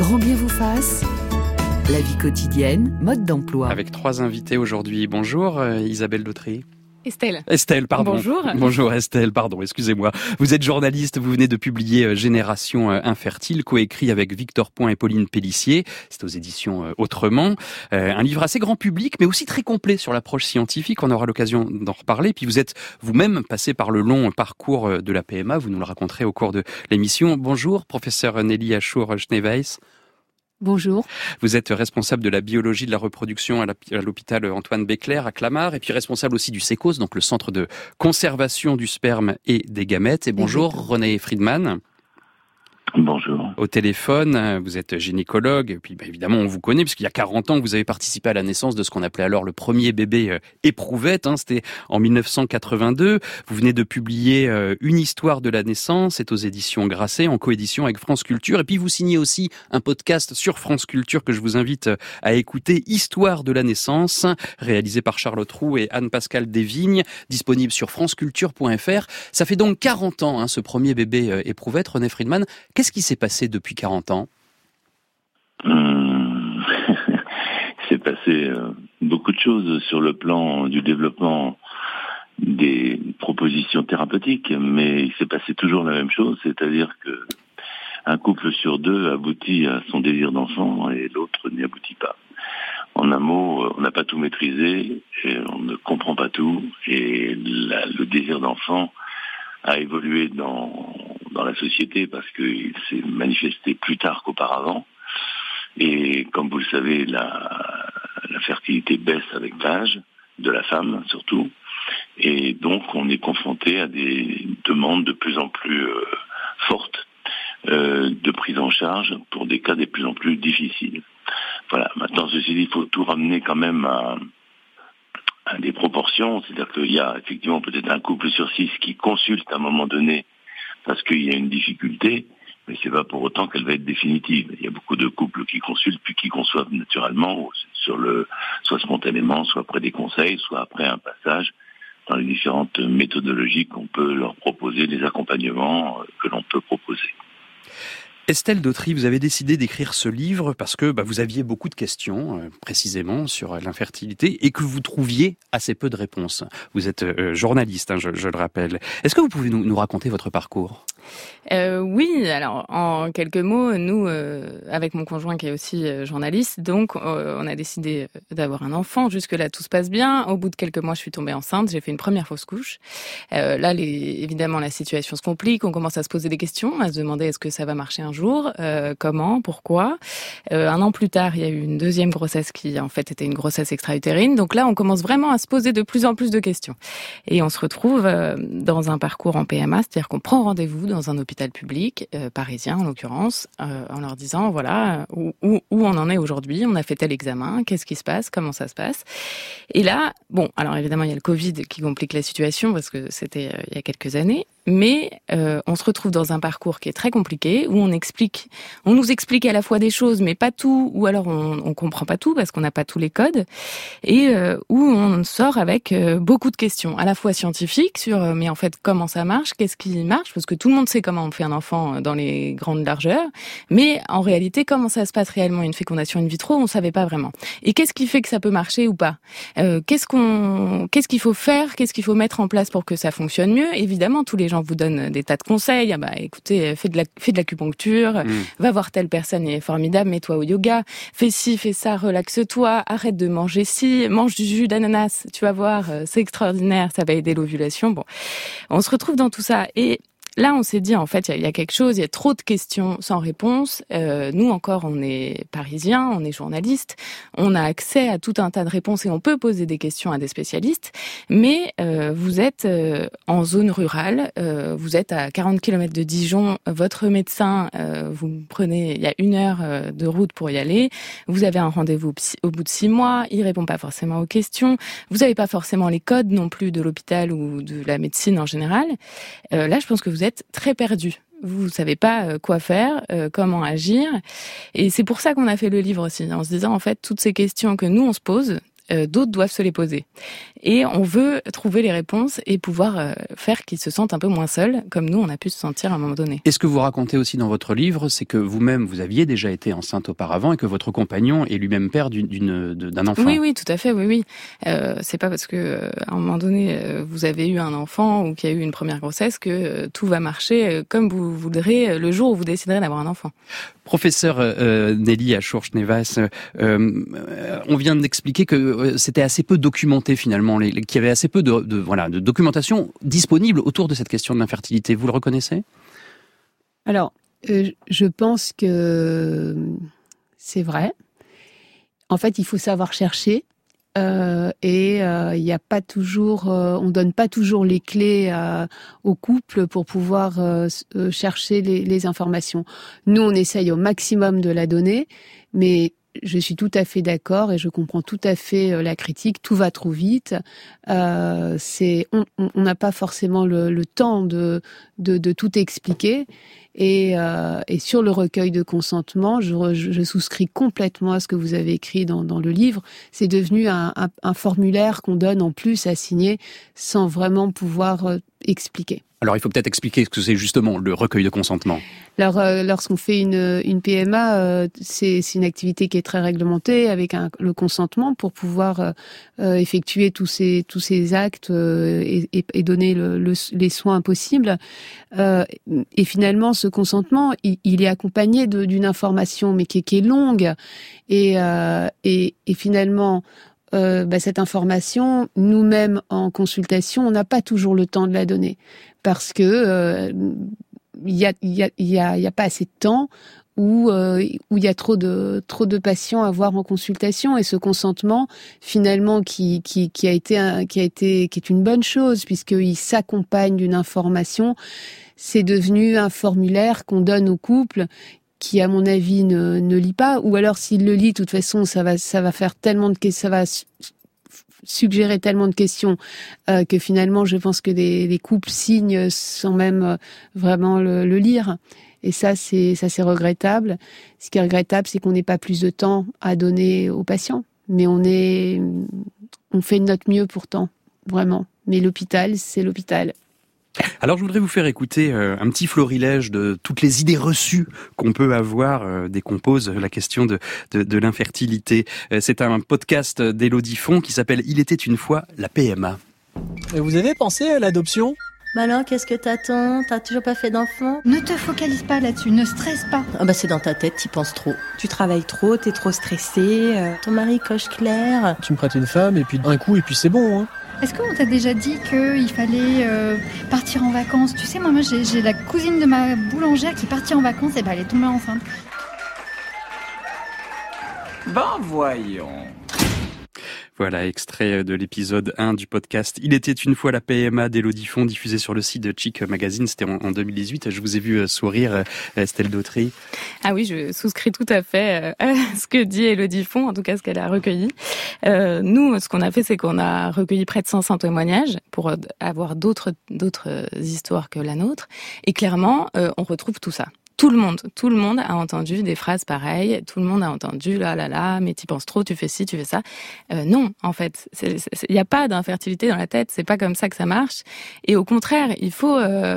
Grand bien vous fasse. La vie quotidienne, mode d'emploi. Avec 3 invités aujourd'hui. Bonjour Isabelle Dautry. Estelle, pardon. Bonjour. Bonjour Estelle, pardon, excusez-moi. Vous êtes journaliste, vous venez de publier Génération infertile, coécrit avec Victor Point et Pauline Pélissier. C'est aux éditions Autrement. Un livre assez grand public, mais aussi très complet sur l'approche scientifique. On aura l'occasion d'en reparler. Puis vous êtes vous-même passé par le long parcours de la PMA. Vous nous le raconterez au cours de l'émission. Bonjour, professeur Nelly Achour-Schneeweiss. Bonjour. Vous êtes responsable de la biologie de la reproduction à l'hôpital Antoine Béclair à Clamart et puis responsable aussi du CECOS, donc le centre de conservation du sperme et des gamètes. Et bonjour René Friedman. Bonjour. Au téléphone, vous êtes gynécologue, et puis évidemment on vous connaît, puisqu'il y a 40 ans que vous avez participé à la naissance de ce qu'on appelait alors le premier bébé éprouvette, c'était en 1982. Vous venez de publier Une histoire de la naissance, c'est aux éditions Grasset, en coédition avec France Culture, et puis vous signez aussi un podcast sur France Culture que je vous invite à écouter, Histoire de la naissance, réalisé par Charlotte Roux et Anne-Pascale Desvignes, disponible sur franceculture.fr. Ça fait donc 40 ans, ce premier bébé éprouvette, René Friedman. Qu'est-ce qui s'est passé depuis 40 ans ? Il s'est passé beaucoup de choses sur le plan du développement des propositions thérapeutiques, mais il s'est passé toujours la même chose, c'est-à-dire que un couple sur deux aboutit à son désir d'enfant et l'autre n'y aboutit pas. En un mot, on n'a pas tout maîtrisé, et on ne comprend pas tout, et le désir d'enfant a évolué dans la société parce qu'il s'est manifesté plus tard qu'auparavant. Et comme vous le savez, la fertilité baisse avec l'âge de la femme surtout. Et donc on est confronté à des demandes de plus en plus fortes de prise en charge pour des cas de plus en plus difficiles. Voilà. Maintenant, ceci dit, il faut tout ramener quand même à des proportions, c'est-à-dire qu'il y a effectivement peut-être un couple sur 6 qui consulte à un moment donné parce qu'il y a une difficulté, mais c'est pas pour autant qu'elle va être définitive. Il y a beaucoup de couples qui consultent puis qui conçoivent naturellement, soit spontanément, soit après des conseils, soit après un passage dans les différentes méthodologies qu'on peut leur proposer, les accompagnements que l'on peut proposer. Estelle Dautry, vous avez décidé d'écrire ce livre parce que vous aviez beaucoup de questions, précisément, sur l'infertilité et que vous trouviez assez peu de réponses. Vous êtes journaliste, je le rappelle. Est-ce que vous pouvez nous raconter votre parcours ? Oui, alors en quelques mots, nous, avec mon conjoint qui est aussi journaliste, donc on a décidé d'avoir un enfant. Jusque-là, tout se passe bien. Au bout de quelques mois, je suis tombée enceinte. J'ai fait une première fausse couche. Là, évidemment, la situation se complique. On commence à se poser des questions, à se demander est-ce que ça va marcher un jour, comment, pourquoi. 1 an plus tard, il y a eu une deuxième grossesse qui, en fait, était une grossesse extra-utérine. Donc là, on commence vraiment à se poser de plus en plus de questions. Et on se retrouve dans un parcours en PMA, c'est-à-dire qu'on prend rendez-vous dans un hôpital public, parisien en l'occurrence, en leur disant voilà où on en est aujourd'hui, on a fait tel examen, qu'est-ce qui se passe, comment ça se passe. Et là, alors évidemment il y a le Covid qui complique la situation parce que c'était il y a quelques années, mais on se retrouve dans un parcours qui est très compliqué où on nous explique à la fois des choses mais pas tout, ou alors on comprend pas tout parce qu'on n'a pas tous les codes, et où on sort avec beaucoup de questions, à la fois scientifiques sur mais en fait comment ça marche, qu'est-ce qui marche, parce que tout le monde sait comment on fait un enfant dans les grandes largeurs, mais en réalité comment ça se passe réellement une fécondation in vitro, on savait pas vraiment. Et qu'est-ce qui fait que ça peut marcher ou pas, qu'est-ce qu'il faut faire, qu'est-ce qu'il faut mettre en place pour que ça fonctionne mieux. Évidemment, tous les gens vous donnent des tas de conseils. Écoutez, fais de l'acupuncture, va voir telle personne, elle est formidable, mets-toi au yoga, fais ci, fais ça, relaxe-toi, arrête de manger ci, mange du jus d'ananas, tu vas voir, c'est extraordinaire, ça va aider l'ovulation. On se retrouve dans tout ça. Et là, on s'est dit, en fait, il y a quelque chose, il y a trop de questions sans réponse. Nous, encore, on est parisiens, on est journalistes, on a accès à tout un tas de réponses et on peut poser des questions à des spécialistes. Mais vous êtes en zone rurale, vous êtes à 40 km de Dijon, votre médecin, vous prenez, il y a 1 heure de route pour y aller, vous avez un rendez-vous au bout de 6 mois, il répond pas forcément aux questions, vous n'avez pas forcément les codes non plus de l'hôpital ou de la médecine en général. Là, je pense que vous êtes très perdu. Vous savez pas quoi faire, comment agir. Et c'est pour ça qu'on a fait le livre aussi, en se disant, en fait, toutes ces questions que nous, on se pose, d'autres doivent se les poser. Et on veut trouver les réponses et pouvoir faire qu'ils se sentent un peu moins seuls, comme nous, on a pu se sentir à un moment donné. Et ce que vous racontez aussi dans votre livre, c'est que vous-même, vous aviez déjà été enceinte auparavant et que votre compagnon est lui-même père d'un enfant. Oui, tout à fait, oui. C'est pas parce que à un moment donné, vous avez eu un enfant ou qu'il y a eu une première grossesse que tout va marcher comme vous voudrez le jour où vous déciderez d'avoir un enfant. Professeur Nelly Achour-Schnevas, on vient d'expliquer que c'était assez peu documenté finalement, qu'il y avait assez peu de documentation disponible autour de cette question de l'infertilité. Vous le reconnaissez ? Alors, je pense que c'est vrai. En fait, il faut savoir chercher. Et il y a pas toujours, on donne pas toujours les clés au couple pour pouvoir chercher les informations. Nous, on essaye au maximum de la donner, mais je suis tout à fait d'accord et je comprends tout à fait la critique. Tout va trop vite. On n'a pas forcément le temps de tout expliquer. Et sur le recueil de consentement, je souscris complètement à ce que vous avez écrit dans le livre. C'est devenu un formulaire qu'on donne en plus à signer sans vraiment pouvoir expliquer. Alors, il faut peut-être expliquer ce que c'est justement le recueil de consentement. Alors, lorsqu'on fait une PMA, c'est une activité qui est très réglementée avec le consentement pour pouvoir effectuer tous ces actes et donner les soins possibles. Et finalement, ce consentement, il est accompagné d'une information, mais qui est longue. Et finalement, cette information, nous-mêmes en consultation, on n'a pas toujours le temps de la donner parce que il y a pas assez de temps où il y a trop de patients à voir en consultation, et ce consentement finalement qui est une bonne chose puisqu'il s'accompagne d'une information, c'est devenu un formulaire qu'on donne au couple qui, à mon avis, ne lit pas, ou alors s'il le lit, de toute façon, ça va faire tellement ça va suggérer tellement de questions que finalement, je pense que les couples signent sans même vraiment le lire. Et ça, c'est regrettable. Ce qui est regrettable, c'est qu'on n'ait pas plus de temps à donner aux patients. Mais on fait de notre mieux pourtant, vraiment. Mais l'hôpital, c'est l'hôpital. Alors je voudrais vous faire écouter un petit florilège de toutes les idées reçues qu'on peut avoir dès qu'on pose la question de l'infertilité. C'est un podcast d'Élodie Font qui s'appelle « Il était une fois la PMA ». Vous avez pensé à l'adoption ? Bah alors, qu'est-ce que t'attends ? T'as toujours pas fait d'enfant ? Ne te focalise pas là-dessus, ne stresse pas. Ah bah c'est dans ta tête, t'y penses trop. Tu travailles trop, t'es trop stressée. Ton mari coche clair. Tu me prêtes une femme et puis un coup et puis c'est bon, hein. Est-ce qu'on t'a déjà dit qu'il fallait partir en vacances ? Tu sais, moi j'ai la cousine de ma boulangère qui est partie en vacances et elle est tombée enceinte. Ben voyons. Voilà, extrait de l'épisode 1 du podcast « Il était une fois la PMA » d'Élodie Font, diffusé sur le site de Chic Magazine, c'était en 2018. Je vous ai vu sourire, Estelle Dautry. Ah oui, je souscris tout à fait à ce que dit Élodie Font, en tout cas ce qu'elle a recueilli. Nous, ce qu'on a fait, c'est qu'on a recueilli près de 500 témoignages pour avoir d'autres histoires que la nôtre. Et clairement, on retrouve tout ça. Tout le monde a entendu des phrases pareilles. Tout le monde a entendu là, mais t'y penses trop, tu fais ci, tu fais ça. Non, en fait, il n'y a pas d'infertilité dans la tête. C'est pas comme ça que ça marche. Et au contraire, il faut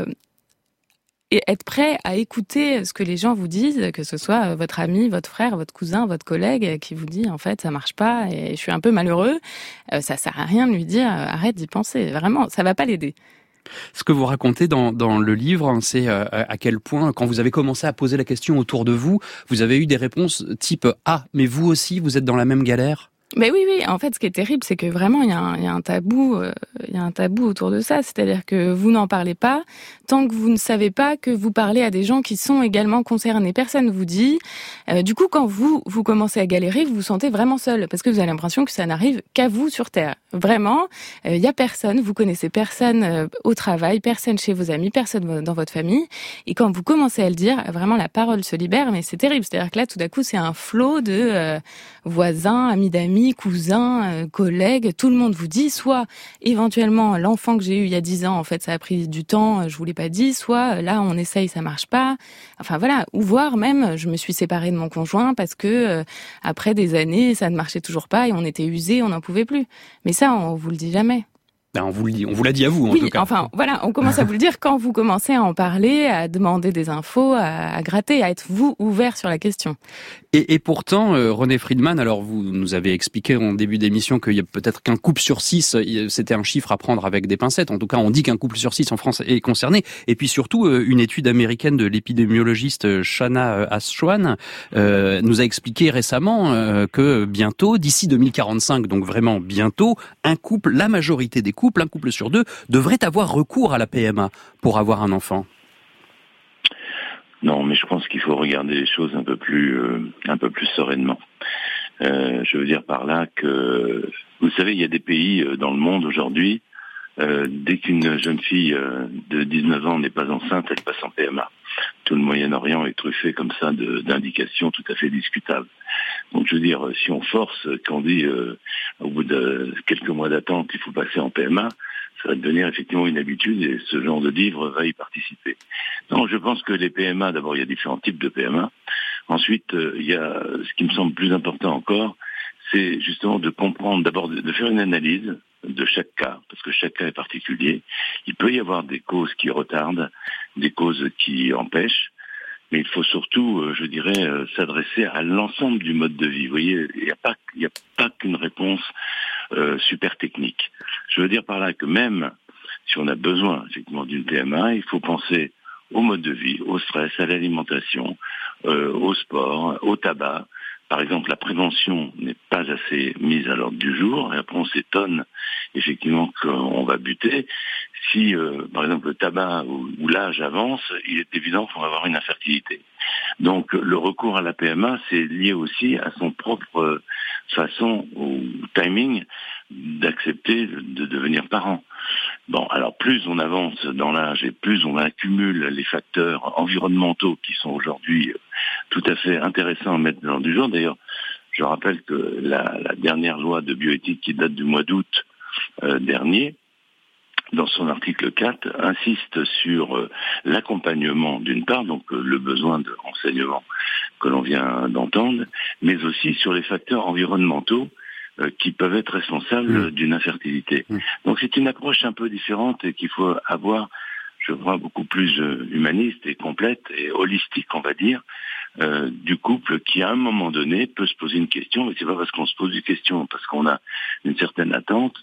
être prêt à écouter ce que les gens vous disent, que ce soit votre ami, votre frère, votre cousin, votre collègue qui vous dit en fait ça marche pas et je suis un peu malheureux. Ça sert à rien de lui dire arrête d'y penser. Vraiment, ça va pas l'aider. Ce que vous racontez dans le livre, c'est à quel point, quand vous avez commencé à poser la question autour de vous, vous avez eu des réponses type « Ah, mais vous aussi, vous êtes dans la même galère ?» Mais oui. En fait, ce qui est terrible, c'est que vraiment, il y a un tabou autour de ça. C'est-à-dire que vous n'en parlez pas tant que vous ne savez pas que vous parlez à des gens qui sont également concernés. Personne vous dit. Du coup, quand vous commencez à galérer, vous vous sentez vraiment seul parce que vous avez l'impression que ça n'arrive qu'à vous sur Terre. Vraiment, il y a personne. Vous connaissez personne au travail, personne chez vos amis, personne dans votre famille. Et quand vous commencez à le dire, vraiment, la parole se libère. Mais c'est terrible. C'est-à-dire que là, tout d'un coup, c'est un flot de voisins, amis d'amis, amis, cousins, collègues, tout le monde vous dit soit éventuellement l'enfant que j'ai eu il y a 10 ans, en fait ça a pris du temps, je vous l'ai pas dit, soit là on essaye, ça marche pas. Enfin voilà, ou voire même je me suis séparée de mon conjoint parce que après des années ça ne marchait toujours pas et on était usés, on n'en pouvait plus. Mais ça on vous le dit jamais. Ben, on vous le dit, on vous l'a dit à vous, en tout cas. Enfin, voilà, on commence à vous le dire quand vous commencez à en parler, à demander des infos, à gratter, à être, vous, ouvert sur la question. Et pourtant, René Friedman, alors vous nous avez expliqué en début d'émission qu'il y a peut-être qu'un couple sur 6, c'était un chiffre à prendre avec des pincettes. En tout cas, on dit qu'un couple sur 6 en France est concerné. Et puis surtout, une étude américaine de l'épidémiologiste Shanna Ashwan nous a expliqué récemment que bientôt, d'ici 2045, donc vraiment bientôt, la majorité des couples, un couple sur 2, devrait avoir recours à la PMA pour avoir un enfant. Non, mais je pense qu'il faut regarder les choses un peu plus sereinement. Je veux dire par là que, vous savez, il y a des pays dans le monde aujourd'hui, dès qu'une jeune fille de 19 ans n'est pas enceinte, elle passe en PMA. Tout le Moyen-Orient est truffé comme ça d'indications tout à fait discutables. Donc je veux dire, si on force, qu'on dit au bout de quelques mois d'attente qu'il faut passer en PMA, ça va devenir effectivement une habitude et ce genre de livre va y participer. Non, je pense que les PMA, d'abord il y a différents types de PMA. Ensuite, il y a ce qui me semble plus important encore, c'est justement de comprendre, d'abord de faire une analyse de chaque cas, parce que chaque cas est particulier. Il peut y avoir des causes qui retardent, des causes qui empêchent, mais il faut surtout, je dirais, s'adresser à l'ensemble du mode de vie. Vous voyez, il n'y a pas qu'une réponse super technique. Je veux dire par là que même si on a besoin effectivement d'une PMA, il faut penser au mode de vie, au stress, à l'alimentation, au sport, au tabac. Par exemple, la prévention n'est pas assez mise à l'ordre du jour, et après on s'étonne effectivement qu'on va buter. Si, par exemple, le tabac ou l'âge avance, il est évident qu'on va avoir une infertilité. Donc, le recours à la PMA, c'est lié aussi à son propre façon ou timing d'accepter de devenir parent. Bon, alors plus on avance dans l'âge et plus on accumule les facteurs environnementaux qui sont aujourd'hui tout à fait intéressants à mettre dans du jour. D'ailleurs, je rappelle que la dernière loi de bioéthique qui date du mois d'août dernier, dans son article 4, insiste sur l'accompagnement d'une part, donc le besoin de renseignements que l'on vient d'entendre, mais aussi sur les facteurs environnementaux qui peuvent être responsables d'une infertilité. Donc c'est une approche un peu différente et qu'il faut avoir, je crois, beaucoup plus humaniste et complète et holistique, on va dire, du couple qui, à un moment donné, peut se poser une question, mais c'est pas parce qu'on se pose une question, parce qu'on a une certaine attente,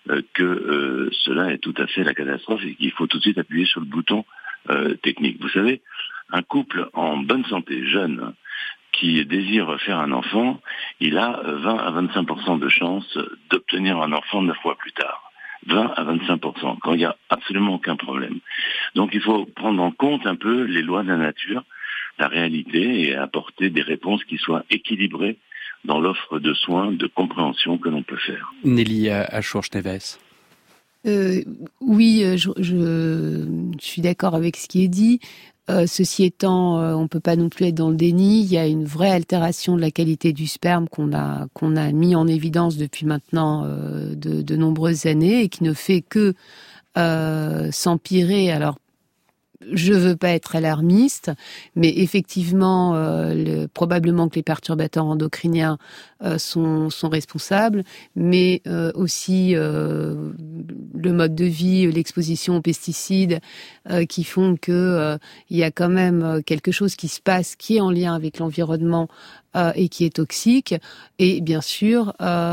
que cela est tout à fait la catastrophe et qu'il faut tout de suite appuyer sur le bouton technique. Vous savez, un couple en bonne santé, jeune, qui désire faire un enfant, il a 20 à 25% de chances d'obtenir un enfant 9 mois plus tard. 20 à 25%, quand il n'y a absolument aucun problème. Donc il faut prendre en compte un peu les lois de la nature, la réalité, et apporter des réponses qui soient équilibrées dans l'offre de soins, de compréhension que l'on peut faire. Nelly Achour-Schneves. Oui, je suis d'accord avec ce qui est dit. Ceci étant, on ne peut pas non plus être dans le déni. Il y a une vraie altération de la qualité du sperme qu'on a mis en évidence depuis maintenant de nombreuses années et qui ne fait que s'empirer. Alors, je veux pas être alarmiste, mais effectivement, probablement que les perturbateurs endocriniens sont responsables, mais aussi le mode de vie, l'exposition aux pesticides, qui font que il y a quand même quelque chose qui se passe, qui est en lien avec l'environnement et qui est toxique. Et bien sûr,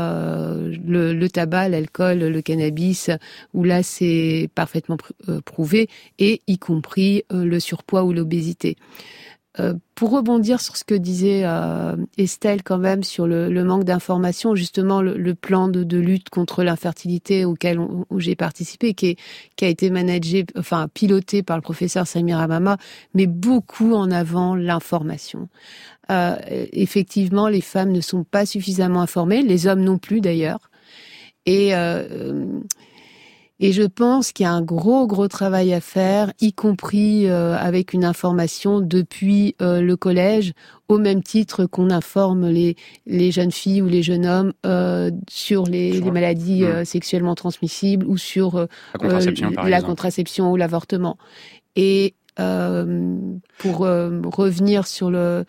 le tabac, l'alcool, le cannabis, où là c'est parfaitement prouvé, et y compris le surpoids ou l'obésité. Pour rebondir sur ce que disait Estelle quand même sur le manque d'information, justement le plan de lutte contre l'infertilité où j'ai participé, qui a été piloté par le professeur Samir Hamama, met beaucoup en avant l'information. Effectivement, les femmes ne sont pas suffisamment informées, les hommes non plus d'ailleurs. Et Et je pense qu'il y a un gros travail à faire, y compris avec une information depuis le collège, au même titre qu'on informe les jeunes filles ou les jeunes hommes sur les maladies sexuellement transmissibles ou sur la contraception ou l'avortement. Et pour revenir sur le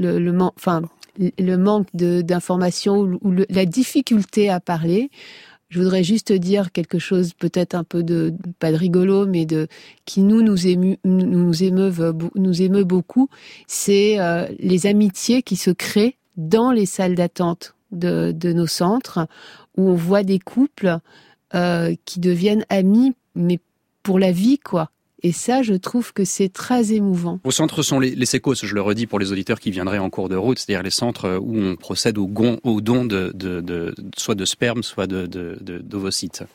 manque d'informations ou la difficulté à parler, je voudrais juste dire quelque chose peut-être un peu pas de rigolo, mais qui nous émeut beaucoup, c'est les amitiés qui se créent dans les salles d'attente de nos centres, où on voit des couples qui deviennent amis, mais pour la vie, quoi. Et ça, je trouve que c'est très émouvant. Vos centres sont les sécos, je le redis pour les auditeurs qui viendraient en cours de route, c'est-à-dire les centres où on procède au don soit de sperme, soit d'ovocytes.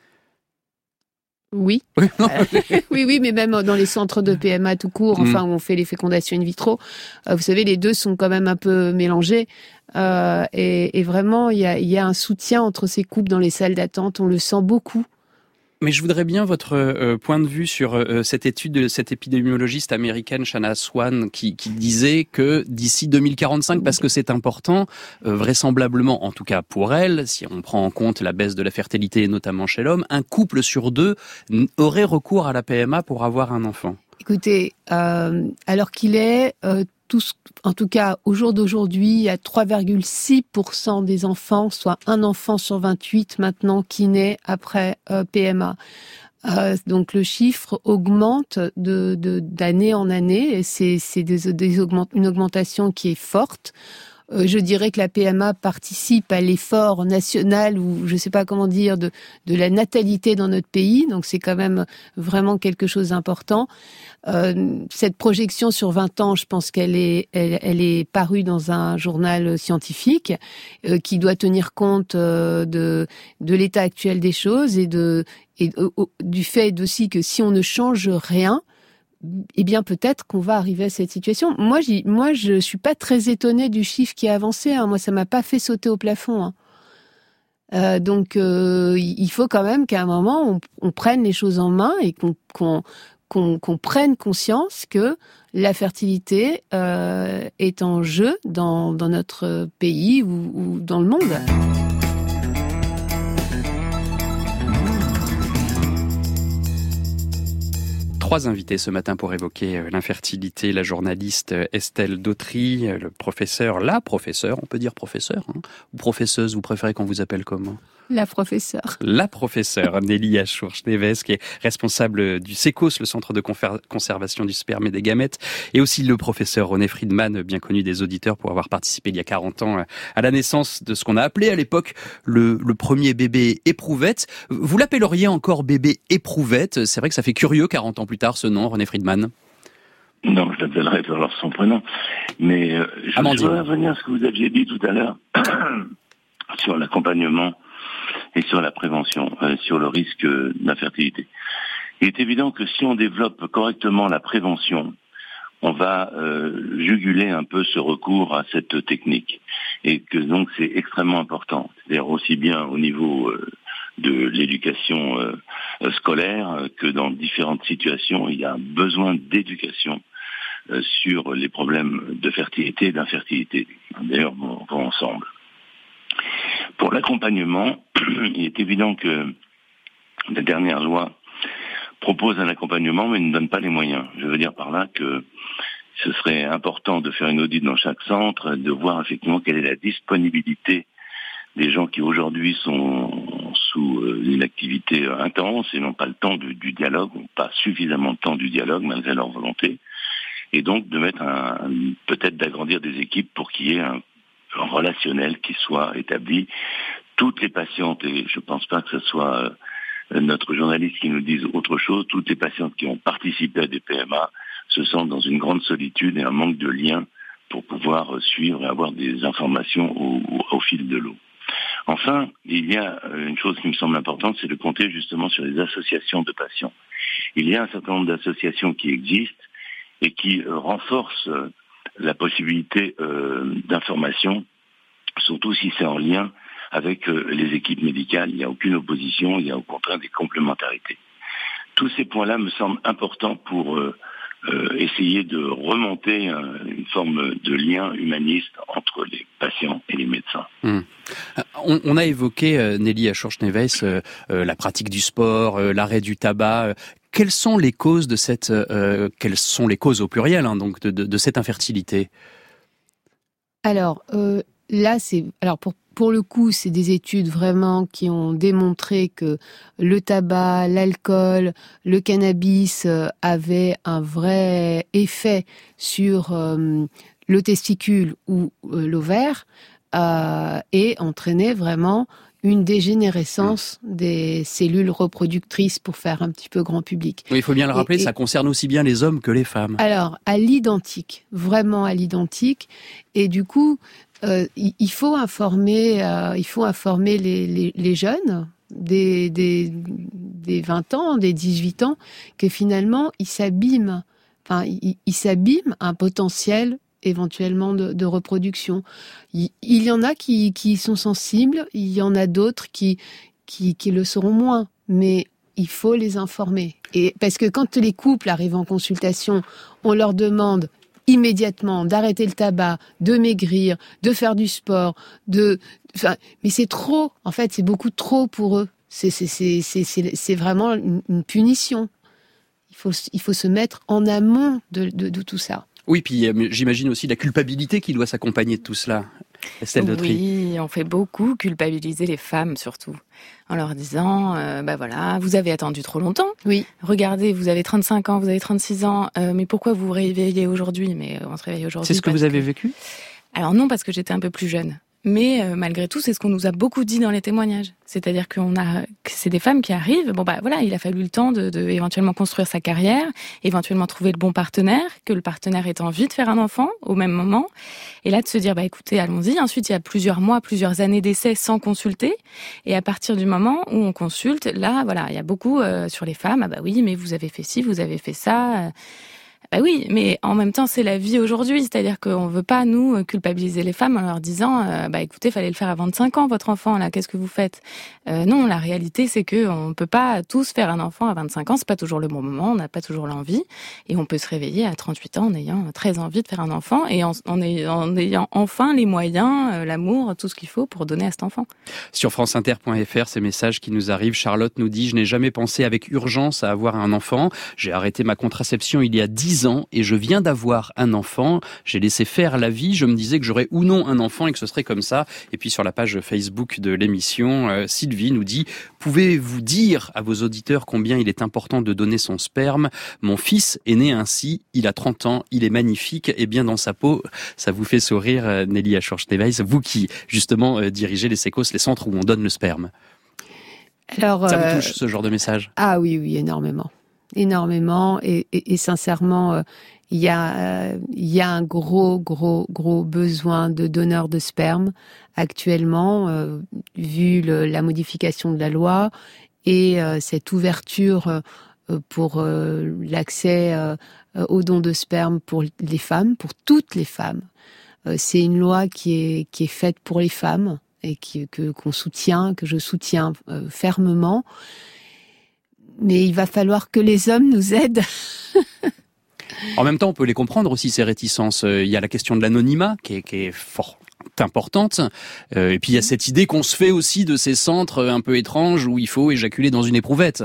Oui. oui, mais même dans les centres de PMA tout court, où on fait les fécondations in vitro, vous savez, les deux sont quand même un peu mélangés. Et vraiment, il y a un soutien entre ces couples dans les salles d'attente, on le sent beaucoup. Mais je voudrais bien votre point de vue sur cette étude de cette épidémiologiste américaine Shanna Swan qui disait que d'ici 2045, parce que c'est important, vraisemblablement, en tout cas pour elle, si on prend en compte la baisse de la fertilité, notamment chez l'homme, un couple sur deux aurait recours à la PMA pour avoir un enfant. Écoutez, alors qu'il est... en tout cas, au jour d'aujourd'hui, il y a 3,6% des enfants, soit un enfant sur 28 maintenant, qui naît après PMA. Donc le chiffre augmente d'année en année, et c'est une augmentation qui est forte. Je dirais que la PMA participe à l'effort national, ou je sais pas comment dire, de la natalité dans notre pays. Donc c'est quand même vraiment quelque chose d'important. Cette projection sur 20 ans, je pense qu'elle est parue dans un journal scientifique qui doit tenir compte de l'état actuel des choses et du fait aussi que si on ne change rien, eh bien peut-être qu'on va arriver à cette situation. Moi, je suis pas très étonnée du chiffre qui a avancé. Hein. Moi, ça m'a pas fait sauter au plafond. Hein. Donc, il faut quand même qu'à un moment, on prenne les choses en main et qu'on prenne conscience que la fertilité est en jeu dans notre pays ou dans le monde. 3 invités ce matin pour évoquer l'infertilité, la journaliste Estelle Dautry, la professeure, on peut dire professeur, hein, ou professeuse, vous préférez qu'on vous appelle comment ? La professeure. La professeure Nelly Achour-Schneves, qui est responsable du SECOS, le Centre de conservation du sperme et des gamètes, et aussi le professeur René Friedman, bien connu des auditeurs pour avoir participé il y a 40 ans à la naissance de ce qu'on a appelé à l'époque le premier bébé éprouvette. Vous l'appelleriez encore bébé éprouvette ? C'est vrai que ça fait curieux 40 ans plus tard ce nom, René Friedman. Non, je l'appellerai par son prénom. Mais je voudrais revenir à ce que vous aviez dit tout à l'heure sur l'accompagnement et sur la prévention, sur le risque d'infertilité. Il est évident que si on développe correctement la prévention, on va juguler un peu ce recours à cette technique. Et que donc c'est extrêmement important. C'est-à-dire aussi bien au niveau de l'éducation scolaire que dans différentes situations, il y a un besoin d'éducation sur les problèmes de fertilité et d'infertilité. D'ailleurs, on va ensemble. Pour l'accompagnement, il est évident que la dernière loi propose un accompagnement mais ne donne pas les moyens. Je veux dire par là que ce serait important de faire une audit dans chaque centre, de voir effectivement quelle est la disponibilité des gens qui aujourd'hui sont sous une activité intense et n'ont pas le temps du dialogue, n'ont pas suffisamment de temps du dialogue malgré leur volonté, et donc de mettre peut-être d'agrandir des équipes pour qu'il y ait un relationnel qui soit établi. Toutes les patientes, et je ne pense pas que ce soit notre journaliste qui nous dise autre chose, toutes les patientes qui ont participé à des PMA se sentent dans une grande solitude et un manque de lien pour pouvoir suivre et avoir des informations au fil de l'eau. Enfin, il y a une chose qui me semble importante, c'est de compter justement sur les associations de patients. Il y a un certain nombre d'associations qui existent et qui renforcent la possibilité d'information, surtout si c'est en lien avec les équipes médicales. Il n'y a aucune opposition, il y a au contraire des complémentarités. Tous ces points-là me semblent importants pour essayer de remonter une forme de lien humaniste entre les patients et les médecins. On a évoqué, Nelly Asschour-Schneeweiss, la pratique du sport, l'arrêt du tabac. Quelles sont les causes de quelles sont les causes au pluriel, hein, donc de cette infertilité? Alors là, pour le coup, c'est des études vraiment qui ont démontré que le tabac, l'alcool, le cannabis avaient un vrai effet sur le testicule ou l'ovaire et entraînaient vraiment une dégénérescence des cellules reproductrices, pour faire un petit peu grand public. Oui, il faut bien le rappeler, ça concerne aussi bien les hommes que les femmes. Alors, à l'identique, vraiment à l'identique. Et du coup, il faut informer les jeunes des 20 ans, des 18 ans, que finalement, ils s'abîment un potentiel éventuellement de reproduction. Il y en a qui sont sensibles, il y en a d'autres qui le seront moins, mais il faut les informer. Et parce que quand les couples arrivent en consultation, on leur demande immédiatement d'arrêter le tabac, de maigrir, de faire du sport, mais c'est trop. En fait, c'est beaucoup trop pour eux. C'est vraiment une punition. Il faut se mettre en amont de tout ça. Oui, puis j'imagine aussi la culpabilité qui doit s'accompagner de tout cela. Estelle Dautry. Oui, on fait beaucoup culpabiliser les femmes surtout, en leur disant, voilà, vous avez attendu trop longtemps. Oui. Regardez, vous avez 35 ans, vous avez 36 ans, mais pourquoi vous vous réveillez aujourd'hui? Mais on se réveille aujourd'hui. C'est ce que vous avez vécu? Alors non, parce que j'étais un peu plus jeune. Mais malgré tout, c'est ce qu'on nous a beaucoup dit dans les témoignages. C'est-à-dire que c'est des femmes qui arrivent. Il a fallu le temps de éventuellement construire sa carrière, éventuellement trouver le bon partenaire, que le partenaire ait envie de faire un enfant au même moment. Et là, de se dire, écoutez, allons-y. Ensuite, il y a plusieurs mois, plusieurs années d'essai sans consulter. Et à partir du moment où on consulte, là, il y a beaucoup sur les femmes. Oui, mais vous avez fait ci, vous avez fait ça. Oui, mais en même temps, c'est la vie aujourd'hui. C'est-à-dire qu'on veut pas, nous, culpabiliser les femmes en leur disant écoutez, fallait le faire à 25 ans, votre enfant, là, qu'est-ce que vous faites? Non, la réalité, c'est que on peut pas tous faire un enfant à 25 ans. C'est pas toujours le bon moment, on n'a pas toujours l'envie. Et on peut se réveiller à 38 ans en ayant très envie de faire un enfant et en ayant enfin les moyens, l'amour, tout ce qu'il faut pour donner à cet enfant. Sur franceinter.fr, ces messages qui nous arrivent. Charlotte nous dit « Je n'ai jamais pensé avec urgence à avoir un enfant. J'ai arrêté ma contraception il y a 10 ans et je viens d'avoir un enfant. J'ai laissé faire la vie. Je me disais que j'aurais ou non un enfant et que ce serait comme ça. » Et puis sur la page Facebook de l'émission, Sylvie nous dit « Pouvez-vous dire à vos auditeurs combien il est important de donner son sperme? Mon fils est né ainsi. Il a 30 ans. Il est magnifique et bien dans sa peau. » Ça vous fait sourire, Nelly Asschour-Schneeweiss, vous qui justement dirigez les sécos, les centres où on donne le sperme. Alors, ça vous touche ce genre de message? Ah oui, énormément. Énormément et sincèrement, il y a un gros besoin de donneurs de sperme actuellement, vu la modification de la loi et cette ouverture pour l'accès aux dons de sperme pour les femmes, pour toutes les femmes. C'est une loi qui est faite pour les femmes et qu'on soutient, que je soutiens fermement. Mais il va falloir que les hommes nous aident. En même temps, on peut les comprendre aussi, ces réticences. Il y a la question de l'anonymat qui est fort importante. Et puis il y a cette idée qu'on se fait aussi de ces centres un peu étranges où il faut éjaculer dans une éprouvette.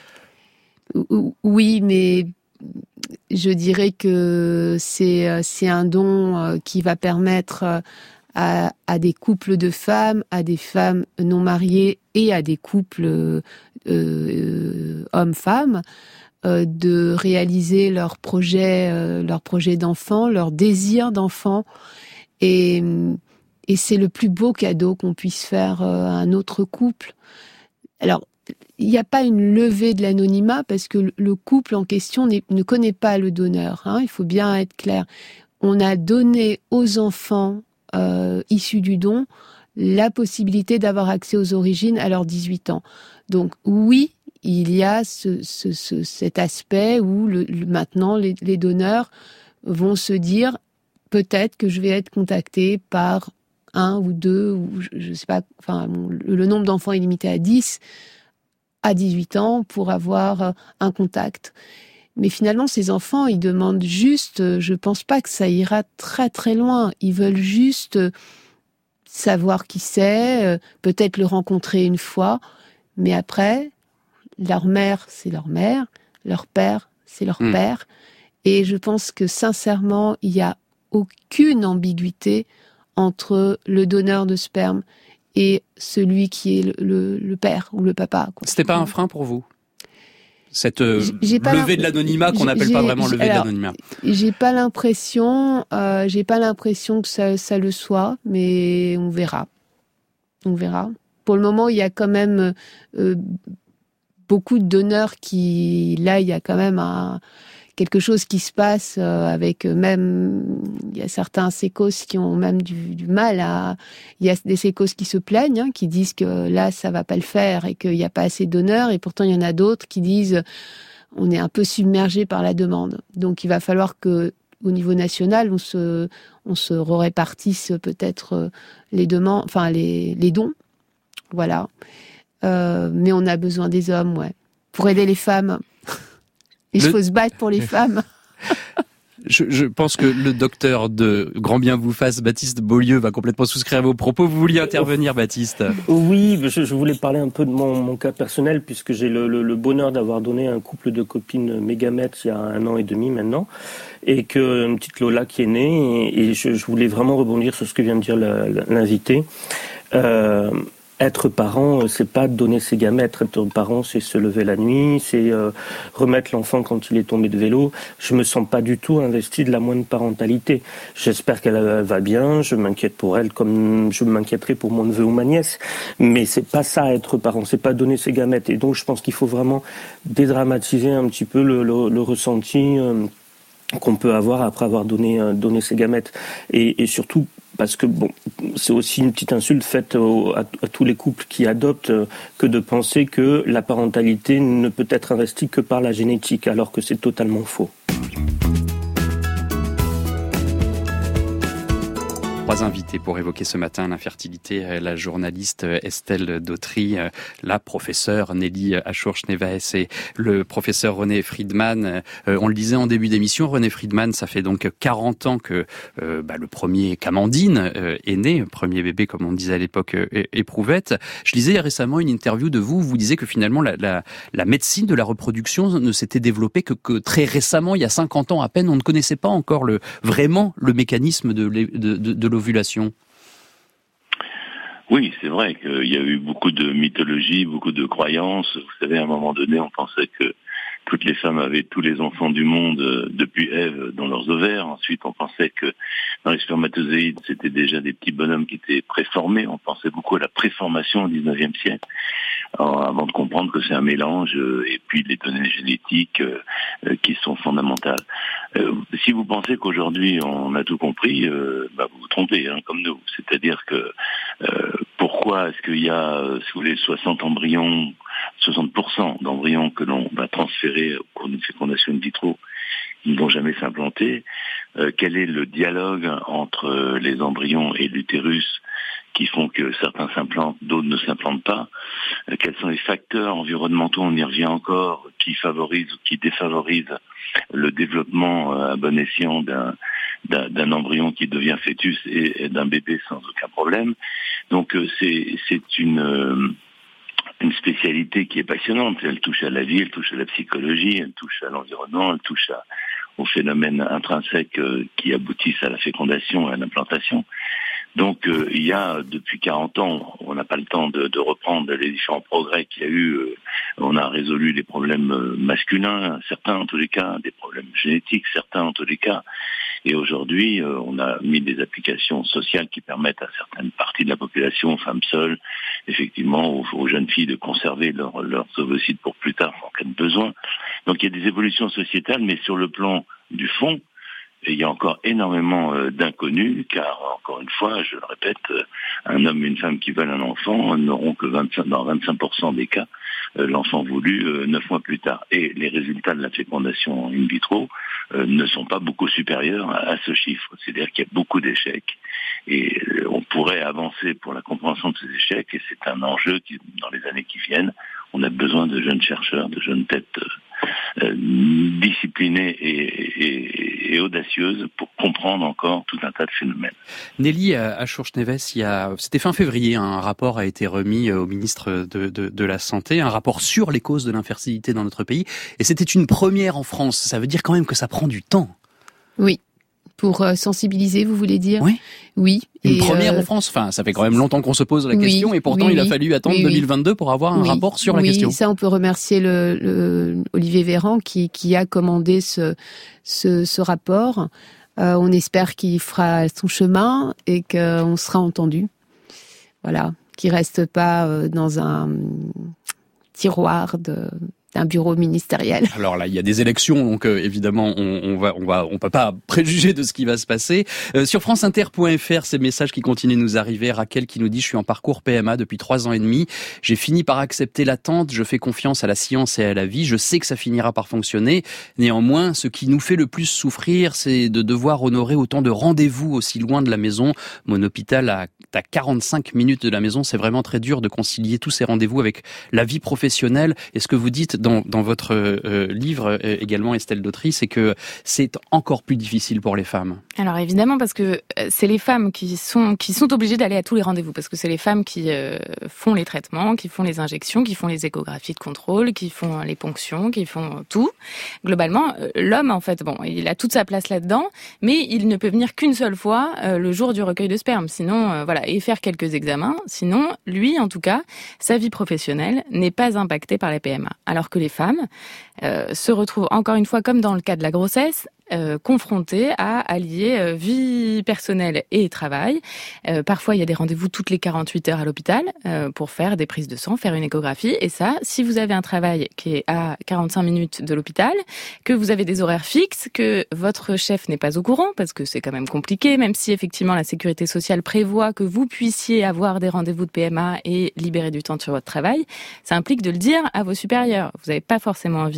Oui, mais je dirais que c'est un don qui va permettre à des couples de femmes, à des femmes non mariées et à des couples hommes-femmes de réaliser leur projet d'enfant, leur désir d'enfant. Et c'est le plus beau cadeau qu'on puisse faire à un autre couple. Alors, il n'y a pas une levée de l'anonymat parce que le couple en question ne connaît pas le donneur. Il faut bien être clair. On a donné aux enfants issus du don la possibilité d'avoir accès aux origines à leurs 18 ans. Donc oui, il y a cet aspect où maintenant les donneurs vont se dire peut-être que je vais être contacté par 1 ou 2, ou je sais pas, enfin, le nombre d'enfants est limité à 10, à 18 ans, pour avoir un contact. Mais finalement, ces enfants, ils demandent juste, je pense pas que ça ira très très loin. Ils veulent juste savoir qui c'est, peut-être le rencontrer une fois, mais après, leur mère, c'est leur mère, leur père, c'est leur père. Et je pense que sincèrement, il y a aucune ambiguïté entre le donneur de sperme et celui qui est le père ou le papa, quoi. C'était pas un frein pour vous, cette levée de l'anonymat qu'on n'appelle pas vraiment levée de l'anonymat? J'ai pas l'impression que ça le soit, mais on verra. On verra. Pour le moment, il y a quand même beaucoup de donneurs qui, là, il y a quand même quelque chose qui se passe avec même, il y a certains sécos qui ont même du mal il y a des sécos qui se plaignent, qui disent que là, ça va pas le faire et qu'il n'y a pas assez de donneurs, et pourtant, il y en a d'autres qui disent on est un peu submergé par la demande. Donc, il va falloir que, au niveau national, on se répartisse peut-être les demandes, enfin, les dons. Voilà. Mais on a besoin des hommes, pour aider les femmes. Il faut se battre pour les femmes. Je pense que le docteur de Grand Bien vous fasse, Baptiste Beaulieu, va complètement souscrire à vos propos. Vous vouliez intervenir, Baptiste? Oui, je voulais parler un peu de mon cas personnel, puisque j'ai le bonheur d'avoir donné un couple de copines mégamètres il y a 1 an et demi maintenant, et que une petite Lola qui est née, et je voulais vraiment rebondir sur ce que vient de dire l'invité. Être parent, c'est pas donner ses gamètes. Être parent, c'est se lever la nuit, c'est remettre l'enfant quand il est tombé de vélo. Je me sens pas du tout investi de la moindre parentalité. J'espère qu'elle va bien, je m'inquiète pour elle comme je m'inquiéterais pour mon neveu ou ma nièce. Mais c'est pas ça, être parent, c'est pas donner ses gamètes. Et donc, je pense qu'il faut vraiment dédramatiser un petit peu le ressenti qu'on peut avoir après avoir donné ses gamètes. Et surtout, parce que c'est aussi une petite insulte faite à tous les couples qui adoptent que de penser que la parentalité ne peut être investie que par la génétique, alors que c'est totalement faux. 3 invités pour évoquer ce matin l'infertilité, la journaliste Estelle Dautry, la professeure Nelly Achour-Schneeves et le professeur René Friedman. On le disait en début d'émission, René Friedman, ça fait donc 40 ans que le premier qu'Amandine est né, premier bébé comme on disait à l'époque éprouvette. Je lisais récemment une interview de vous où vous disiez que finalement la médecine de la reproduction ne s'était développée que très récemment, il y a 50 ans à peine. On ne connaissait pas encore vraiment le mécanisme de l'ovulation. Oui, c'est vrai qu'il y a eu beaucoup de mythologie, beaucoup de croyances. Vous savez, à un moment donné, on pensait que toutes les femmes avaient tous les enfants du monde depuis Ève dans leurs ovaires. Ensuite, on pensait que dans les spermatozoïdes, c'était déjà des petits bonhommes qui étaient préformés. On pensait beaucoup à la préformation au 19e siècle, avant de comprendre que c'est un mélange et puis les données génétiques qui sont fondamentales. Si vous pensez qu'aujourd'hui on a tout compris, vous vous trompez, comme nous. C'est-à-dire que pourquoi est-ce qu'il y a, si vous voulez, 60% d'embryons que l'on va transférer au cours d'une fécondation in vitro, ils ne vont jamais s'implanter. Quel est le dialogue entre les embryons et l'utérus qui font que certains s'implantent, d'autres ne s'implantent pas? Quels sont les facteurs environnementaux, on y revient encore, qui favorisent ou qui défavorisent le développement à bon escient d'un embryon qui devient fœtus et d'un bébé sans aucun problème? Donc c'est une spécialité qui est passionnante. Elle touche à la vie, elle touche à la psychologie, elle touche à l'environnement, elle touche aux phénomènes intrinsèques qui aboutissent à la fécondation et à l'implantation. Donc il y a depuis 40 ans, on n'a pas le temps de reprendre les différents progrès qu'il y a eu. On a résolu les problèmes masculins, certains en tous les cas, des problèmes génétiques, certains en tous les cas. Et aujourd'hui, on a mis des applications sociales qui permettent à certaines parties de la population, femmes seules, effectivement, aux jeunes filles de conserver leurs ovocytes pour plus tard en cas de besoin. Donc il y a des évolutions sociétales, mais sur le plan du fond, il y a encore énormément d'inconnus, car, encore une fois, je le répète, un homme et une femme qui veulent un enfant n'auront que dans 25% des cas l'enfant voulu 9 mois plus tard. Et les résultats de la fécondation in vitro ne sont pas beaucoup supérieurs à ce chiffre. C'est-à-dire qu'il y a beaucoup d'échecs. Et on pourrait avancer pour la compréhension de ces échecs, et c'est un enjeu qui, dans les années qui viennent, on a besoin de jeunes chercheurs, de jeunes têtes disciplinées et audacieuses pour comprendre encore tout un tas de phénomènes. Nelly Achour-Schneves, c'était fin février, un rapport a été remis au ministre de la Santé, un rapport sur les causes de l'infertilité dans notre pays, et c'était une première en France. Ça veut dire quand même que ça prend du temps. Oui. Pour sensibiliser, vous voulez dire ? Oui. Une première en France. Enfin, ça fait quand même longtemps qu'on se pose la question, et pourtant il a fallu attendre 2022 pour avoir un rapport sur la question. Oui, ça on peut remercier Olivier Véran qui a commandé ce rapport. On espère qu'il fera son chemin et qu'on sera entendu. Voilà, qu'il reste pas dans un tiroir d'un bureau ministériel. Alors là, il y a des élections, donc évidemment, on peut pas préjuger de ce qui va se passer. Sur franceinter.fr, ces messages qui continuent de nous arriver. Raquel qui nous dit: je suis en parcours PMA depuis 3 ans et demi. J'ai fini par accepter l'attente. Je fais confiance à la science et à la vie. Je sais que ça finira par fonctionner. Néanmoins, ce qui nous fait le plus souffrir, c'est de devoir honorer autant de rendez-vous aussi loin de la maison. Mon hôpital à 45 minutes de la maison. C'est vraiment très dur de concilier tous ces rendez-vous avec la vie professionnelle. Et ce que vous dites dans votre livre également, Estelle Dautry, c'est que c'est encore plus difficile pour les femmes. Alors évidemment, parce que c'est les femmes qui sont obligées d'aller à tous les rendez-vous, parce que c'est les femmes qui font les traitements, qui font les injections, qui font les échographies de contrôle, qui font les ponctions, qui font tout. Globalement, l'homme, en fait, il a toute sa place là-dedans, mais il ne peut venir qu'une seule fois le jour du recueil de sperme, sinon, et faire quelques examens. Sinon, lui, en tout cas, sa vie professionnelle n'est pas impactée par la PMA. Alors que les femmes se retrouvent encore une fois, comme dans le cas de la grossesse, confrontées à allier vie personnelle et travail. Parfois, il y a des rendez-vous toutes les 48 heures à l'hôpital pour faire des prises de sang, faire une échographie. Et ça, si vous avez un travail qui est à 45 minutes de l'hôpital, que vous avez des horaires fixes, que votre chef n'est pas au courant, parce que c'est quand même compliqué, même si effectivement la sécurité sociale prévoit que vous puissiez avoir des rendez-vous de PMA et libérer du temps sur votre travail, ça implique de le dire à vos supérieurs. Vous n'avez pas forcément envie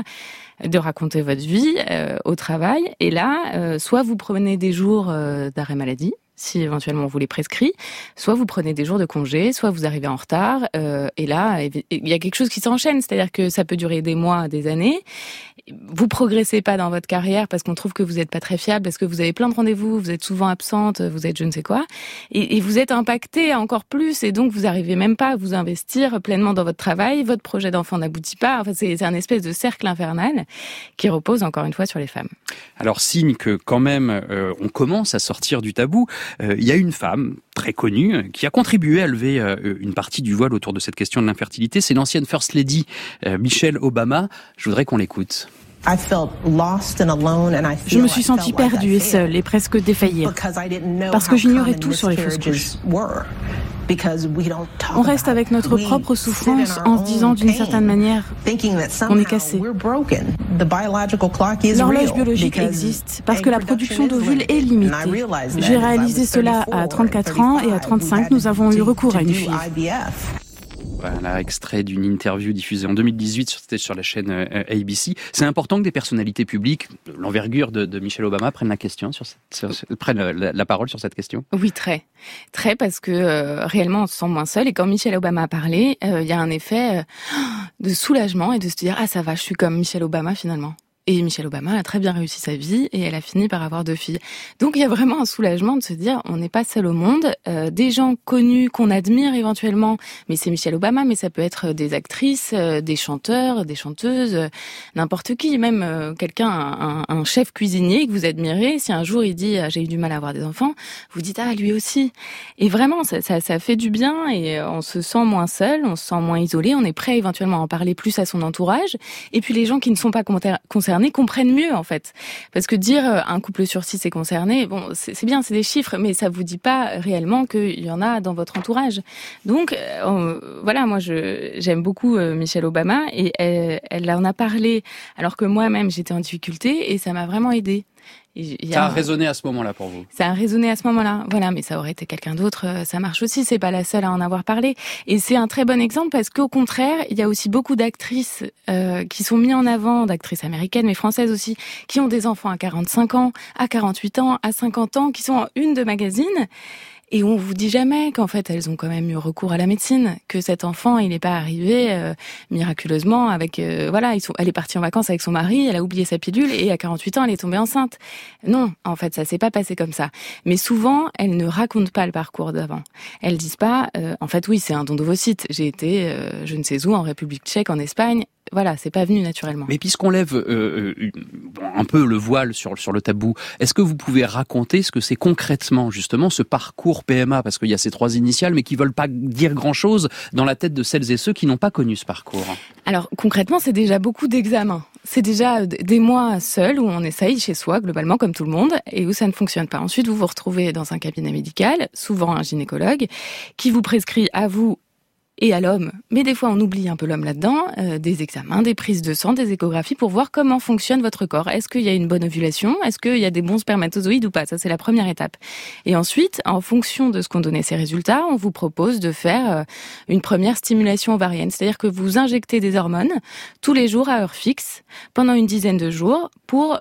de raconter votre vie au travail. Et là, soit vous prenez des jours d'arrêt maladie, si éventuellement on vous les prescrit, soit vous prenez des jours de congé, soit vous arrivez en retard. Et là, il y a quelque chose qui s'enchaîne, c'est-à-dire que ça peut durer des mois, des années. Vous progressez pas dans votre carrière parce qu'on trouve que vous êtes pas très fiable, parce que vous avez plein de rendez-vous, vous êtes souvent absente, vous êtes je ne sais quoi, et vous êtes impacté encore plus, et donc vous arrivez même pas à vous investir pleinement dans votre travail, votre projet d'enfant n'aboutit pas. Enfin, c'est un espèce de cercle infernal qui repose encore une fois sur les femmes. Alors, signe que quand même on commence à sortir du tabou, il y a une femme très connue qui a contribué à lever une partie du voile autour de cette question de l'infertilité, c'est l'ancienne First Lady Michelle Obama. Je voudrais qu'on l'écoute. Je me suis sentie perdue et seule et presque défaillir parce que j'ignorais tout sur les fausses couches. On reste avec notre propre souffrance en se disant d'une certaine manière qu'on est cassé. L'horloge biologique existe parce que la production d'ovules est limitée. J'ai réalisé cela à 34 ans et à 35, nous avons eu recours à une FIV. Voilà, extrait d'une interview diffusée en 2018 sur la chaîne ABC. C'est important que des personnalités publiques, l'envergure de Michelle Obama, prennent la parole sur cette question. Oui, très, parce que réellement on se sent moins seul. Et quand Michelle Obama a parlé, il y a un effet de soulagement et de se dire ça va, je suis comme Michelle Obama finalement. Et Michelle Obama a très bien réussi sa vie et elle a fini par avoir 2 filles. Donc il y a vraiment un soulagement de se dire on n'est pas seul au monde. Des gens connus qu'on admire éventuellement, mais c'est Michelle Obama, mais ça peut être des actrices, des chanteurs, des chanteuses, n'importe qui, même quelqu'un, un chef cuisinier que vous admirez. Si un jour il dit j'ai eu du mal à avoir des enfants, vous dites lui aussi. Et vraiment ça fait du bien et on se sent moins seul, on se sent moins isolé, on est prêt éventuellement à en parler plus à son entourage. Et puis les gens qui ne sont pas concernés comprennent mieux en fait, parce que dire un couple sur 6 est concerné, c'est bien, c'est des chiffres, mais ça vous dit pas réellement qu'il y en a dans votre entourage. Donc voilà, moi j'aime beaucoup Michelle Obama et elle en a parlé alors que moi-même j'étais en difficulté et ça m'a vraiment aidée. Ça a résonné à ce moment-là pour vous? Ça a résonné à ce moment-là, voilà, mais ça aurait été quelqu'un d'autre, ça marche aussi, c'est pas la seule à en avoir parlé. Et c'est un très bon exemple parce qu'au contraire, il y a aussi beaucoup d'actrices qui sont mises en avant, d'actrices américaines, mais françaises aussi, qui ont des enfants à 45 ans, à 48 ans, à 50 ans, qui sont en une de magazine Et on vous dit jamais qu'en fait elles ont quand même eu recours à la médecine, que cet enfant il n'est pas arrivé miraculeusement avec elle est partie en vacances avec son mari, elle a oublié sa pilule et à 48 ans elle est tombée enceinte. Non, en fait ça s'est pas passé comme ça. Mais souvent elles ne racontent pas le parcours d'avant. Elles disent pas en fait oui c'est un don d'ovocytes. J'ai été je ne sais où en République tchèque, en Espagne. Voilà, c'est pas venu naturellement. Mais puisqu'on lève un peu le voile sur le tabou, est-ce que vous pouvez raconter ce que c'est concrètement, justement, ce parcours PMA? Parce qu'il y a ces 3 initiales, mais qui veulent pas dire grand-chose dans la tête de celles et ceux qui n'ont pas connu ce parcours. Alors, concrètement, c'est déjà beaucoup d'examens. C'est déjà des mois seuls où on essaye chez soi, globalement, comme tout le monde, et où ça ne fonctionne pas. Ensuite, vous vous retrouvez dans un cabinet médical, souvent un gynécologue, qui vous prescrit à vous et à l'homme, mais des fois on oublie un peu l'homme là-dedans, des examens, des prises de sang, des échographies pour voir comment fonctionne votre corps. Est-ce qu'il y a une bonne ovulation? Est-ce qu'il y a des bons spermatozoïdes ou pas? Ça, c'est la première étape. Et ensuite, en fonction de ce qu'ont donné ces résultats, on vous propose de faire une première stimulation ovarienne. C'est-à-dire que vous injectez des hormones tous les jours à heure fixe, pendant une dizaine de jours, pour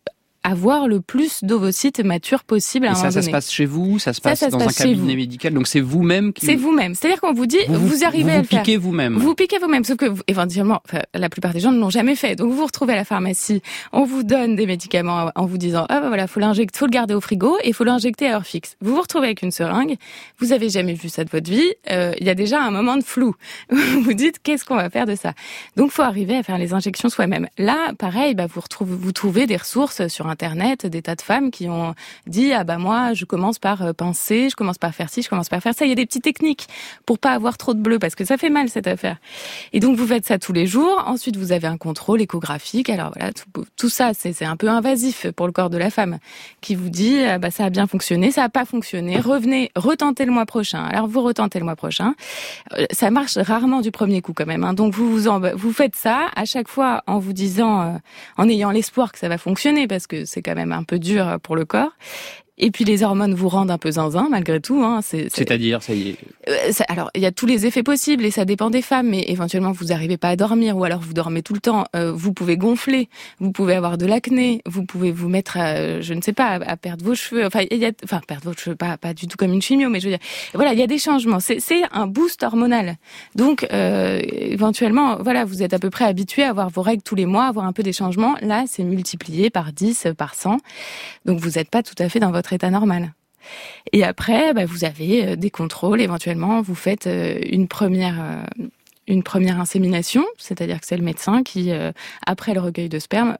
avoir le plus d'ovocytes matures possible à un moment donné. Et ça se passe chez vous? Ça se passe dans un cabinet médical? Donc c'est vous-même qui... C'est vous-même. C'est-à-dire qu'on vous dit, vous arrivez à le faire. Vous piquez vous-même. Vous piquez vous-même. Sauf que, éventuellement, la plupart des gens ne l'ont jamais fait. Donc vous vous retrouvez à la pharmacie, on vous donne des médicaments en vous disant, faut le garder au frigo et faut l'injecter à heure fixe. Vous vous retrouvez avec une seringue. Vous avez jamais vu ça de votre vie. Il y a déjà un moment de flou. Vous dites, qu'est-ce qu'on va faire de ça? Donc faut arriver à faire les injections soi-même. Là, pareil, vous trouvez des ressources sur Internet, des tas de femmes qui ont dit moi je commence par pincer, je commence par faire ci, je commence par faire ça. Il y a des petites techniques pour pas avoir trop de bleu parce que ça fait mal cette affaire. Et donc vous faites ça tous les jours. Ensuite vous avez un contrôle échographique. Alors voilà, tout ça c'est un peu invasif pour le corps de la femme qui vous dit ça a bien fonctionné, ça a pas fonctionné. Revenez, retentez le mois prochain. Alors vous retentez le mois prochain. Ça marche rarement du premier coup quand même. Hein. Donc vous faites ça à chaque fois en vous disant, en ayant l'espoir que ça va fonctionner parce que c'est quand même un peu dur pour le corps. Et puis les hormones vous rendent un peu zinzin malgré tout. Hein. C'est-à-dire, ça y est. Alors il y a tous les effets possibles et ça dépend des femmes. Mais éventuellement vous n'arrivez pas à dormir ou alors vous dormez tout le temps. Vous pouvez gonfler, vous pouvez avoir de l'acné, vous pouvez vous mettre à perdre vos cheveux. Perdre vos cheveux pas du tout comme une chimio, mais je veux dire, voilà, il y a des changements. C'est un boost hormonal. Donc éventuellement, voilà, vous êtes à peu près habitué à avoir vos règles tous les mois, avoir un peu des changements. Là, c'est multiplié par 10, par 100. Donc vous n'êtes pas tout à fait dans votre état normal. Et après, vous avez des contrôles. Éventuellement, vous faites une première insémination, c'est-à-dire que c'est le médecin qui, après le recueil de sperme,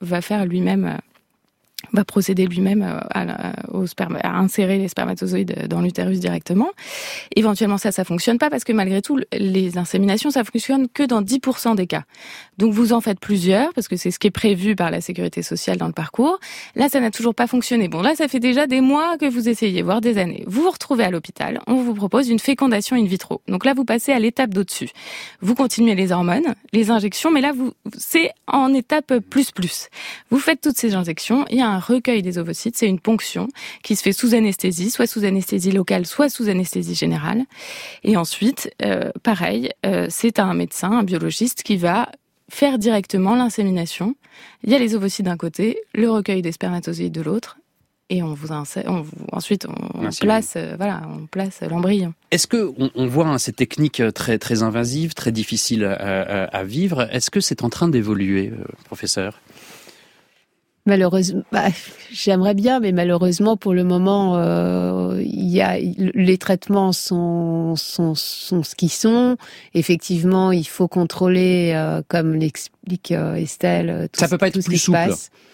va procéder lui-même à insérer les spermatozoïdes dans l'utérus directement. Éventuellement, ça fonctionne pas parce que malgré tout, les inséminations, ça fonctionne que dans 10% des cas. Donc vous en faites plusieurs parce que c'est ce qui est prévu par la sécurité sociale dans le parcours. Là, ça n'a toujours pas fonctionné. Bon, là, ça fait déjà des mois que vous essayez, voire des années. Vous vous retrouvez à l'hôpital, on vous propose une fécondation in vitro. Donc là, vous passez à l'étape d'au-dessus. Vous continuez les hormones, les injections, mais là, c'est en étape plus. Vous faites toutes ces injections, il y a un recueil des ovocytes, c'est une ponction qui se fait sous anesthésie, soit sous anesthésie locale, soit sous anesthésie générale. Et ensuite, pareil, c'est un médecin, un biologiste qui va faire directement l'insémination. Il y a les ovocytes d'un côté, le recueil des spermatozoïdes de l'autre, et ensuite on place l'embryon. Est-ce que on voit cette technique très très invasive, très difficile à vivre? Est-ce que c'est en train d'évoluer, professeur? Malheureusement, j'aimerais bien, mais malheureusement pour le moment, les traitements sont ce qu'ils sont. Effectivement, il faut contrôler, comme l'explique Estelle, tout ce qui se passe. Ça peut pas être plus souple.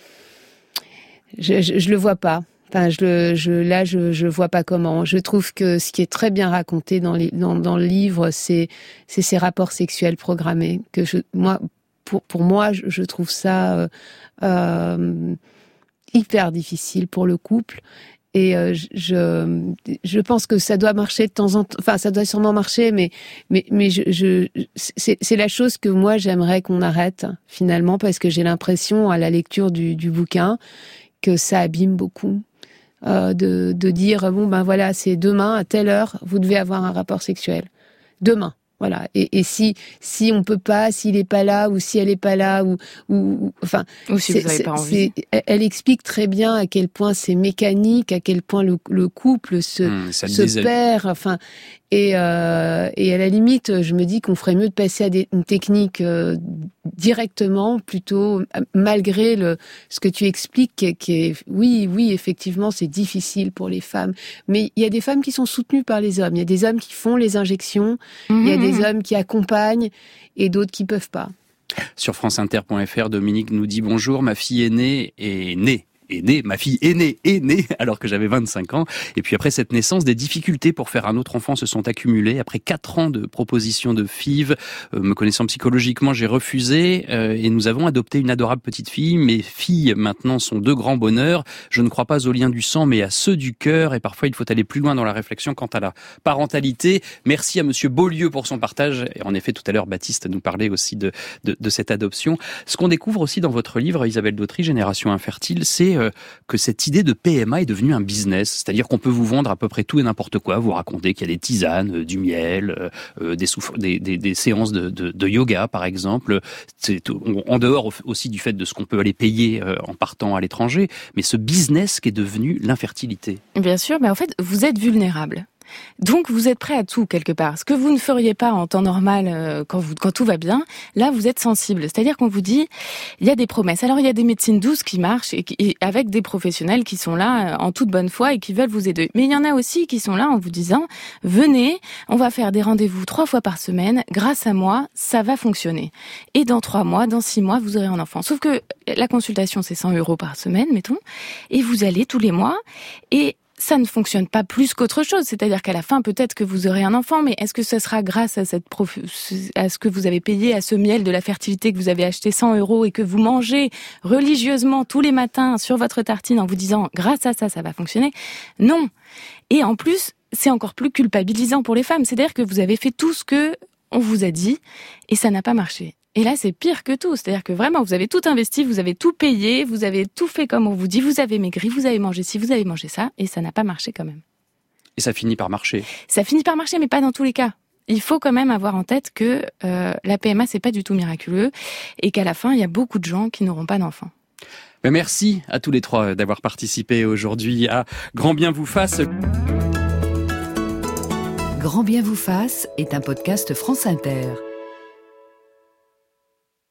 Je le vois pas. Enfin, je vois pas comment. Je trouve que ce qui est très bien raconté dans le livre, c'est ces rapports sexuels programmés que pour moi, je trouve ça hyper difficile pour le couple. Et je pense que ça doit marcher de temps en temps. Enfin, ça doit sûrement marcher, mais c'est la chose que moi j'aimerais qu'on arrête finalement, parce que j'ai l'impression à la lecture du bouquin que ça abîme beaucoup. De dire voilà, c'est demain à telle heure, vous devez avoir un rapport sexuel. Demain. Voilà. Et si on peut pas, s'il est pas là, ou si elle est pas là, ou si vous avez pas envie. Elle explique très bien à quel point c'est mécanique, à quel point le couple se perd. Enfin, et à la limite, je me dis qu'on ferait mieux de passer à une technique directement, plutôt malgré ce que tu expliques, qui est oui, effectivement, c'est difficile pour les femmes. Mais il y a des femmes qui sont soutenues par les hommes. Il y a des hommes qui font les injections. Il y a des hommes qui accompagnent et d'autres qui peuvent pas. Sur franceinter.fr, Dominique nous dit bonjour, ma fille ma fille est née alors que j'avais 25 ans. Et puis après cette naissance, des difficultés pour faire un autre enfant se sont accumulées. Après 4 ans de propositions de FIV, me connaissant psychologiquement, j'ai refusé et nous avons adopté une adorable petite fille. Mes filles maintenant sont 2 grands bonheurs. Je ne crois pas aux liens du sang mais à ceux du cœur et parfois il faut aller plus loin dans la réflexion quant à la parentalité. Merci à monsieur Beaulieu pour son partage. Et en effet, tout à l'heure, Baptiste nous parlait aussi de cette adoption. Ce qu'on découvre aussi dans votre livre, Isabelle Dautry, Génération infertile, c'est que cette idée de PMA est devenue un business, c'est-à-dire qu'on peut vous vendre à peu près tout et n'importe quoi, vous raconter qu'il y a des tisanes, du miel, des séances de yoga par exemple, c'est en dehors aussi du fait de ce qu'on peut aller payer en partant à l'étranger, mais ce business qui est devenu l'infertilité. Bien sûr, mais en fait, vous êtes vulnérable. Donc vous êtes prêt à tout quelque part. Ce que vous ne feriez pas en temps normal quand tout va bien, là vous êtes sensible. C'est-à-dire qu'on vous dit, il y a des promesses. Alors il y a des médecines douces qui marchent et avec des professionnels qui sont là en toute bonne foi et qui veulent vous aider. Mais il y en a aussi qui sont là en vous disant, venez, on va faire des rendez-vous 3 fois par semaine. Grâce à moi, ça va fonctionner. Et dans 3 mois, dans 6 mois, vous aurez un enfant. Sauf que la consultation c'est 100 € par semaine, mettons, et vous allez tous les mois et ça ne fonctionne pas plus qu'autre chose. C'est-à-dire qu'à la fin, peut-être que vous aurez un enfant, mais est-ce que ce sera grâce à à ce que vous avez payé, à ce miel de la fertilité que vous avez acheté 100 € et que vous mangez religieusement tous les matins sur votre tartine en vous disant, grâce à ça, ça va fonctionner? Non. Et en plus, c'est encore plus culpabilisant pour les femmes. C'est-à-dire que vous avez fait tout ce que on vous a dit et ça n'a pas marché. Et là, c'est pire que tout. C'est-à-dire que vraiment, vous avez tout investi, vous avez tout payé, vous avez tout fait comme on vous dit, vous avez maigri, vous avez mangé ci, vous avez mangé ça, et ça n'a pas marché quand même. Et ça finit par marcher. Ça finit par marcher, mais pas dans tous les cas. Il faut quand même avoir en tête que la PMA, c'est pas du tout miraculeux, et qu'à la fin, il y a beaucoup de gens qui n'auront pas d'enfants. Mais merci à tous les 3 d'avoir participé aujourd'hui à Grand Bien vous fasse. Grand Bien vous fasse est un podcast France Inter.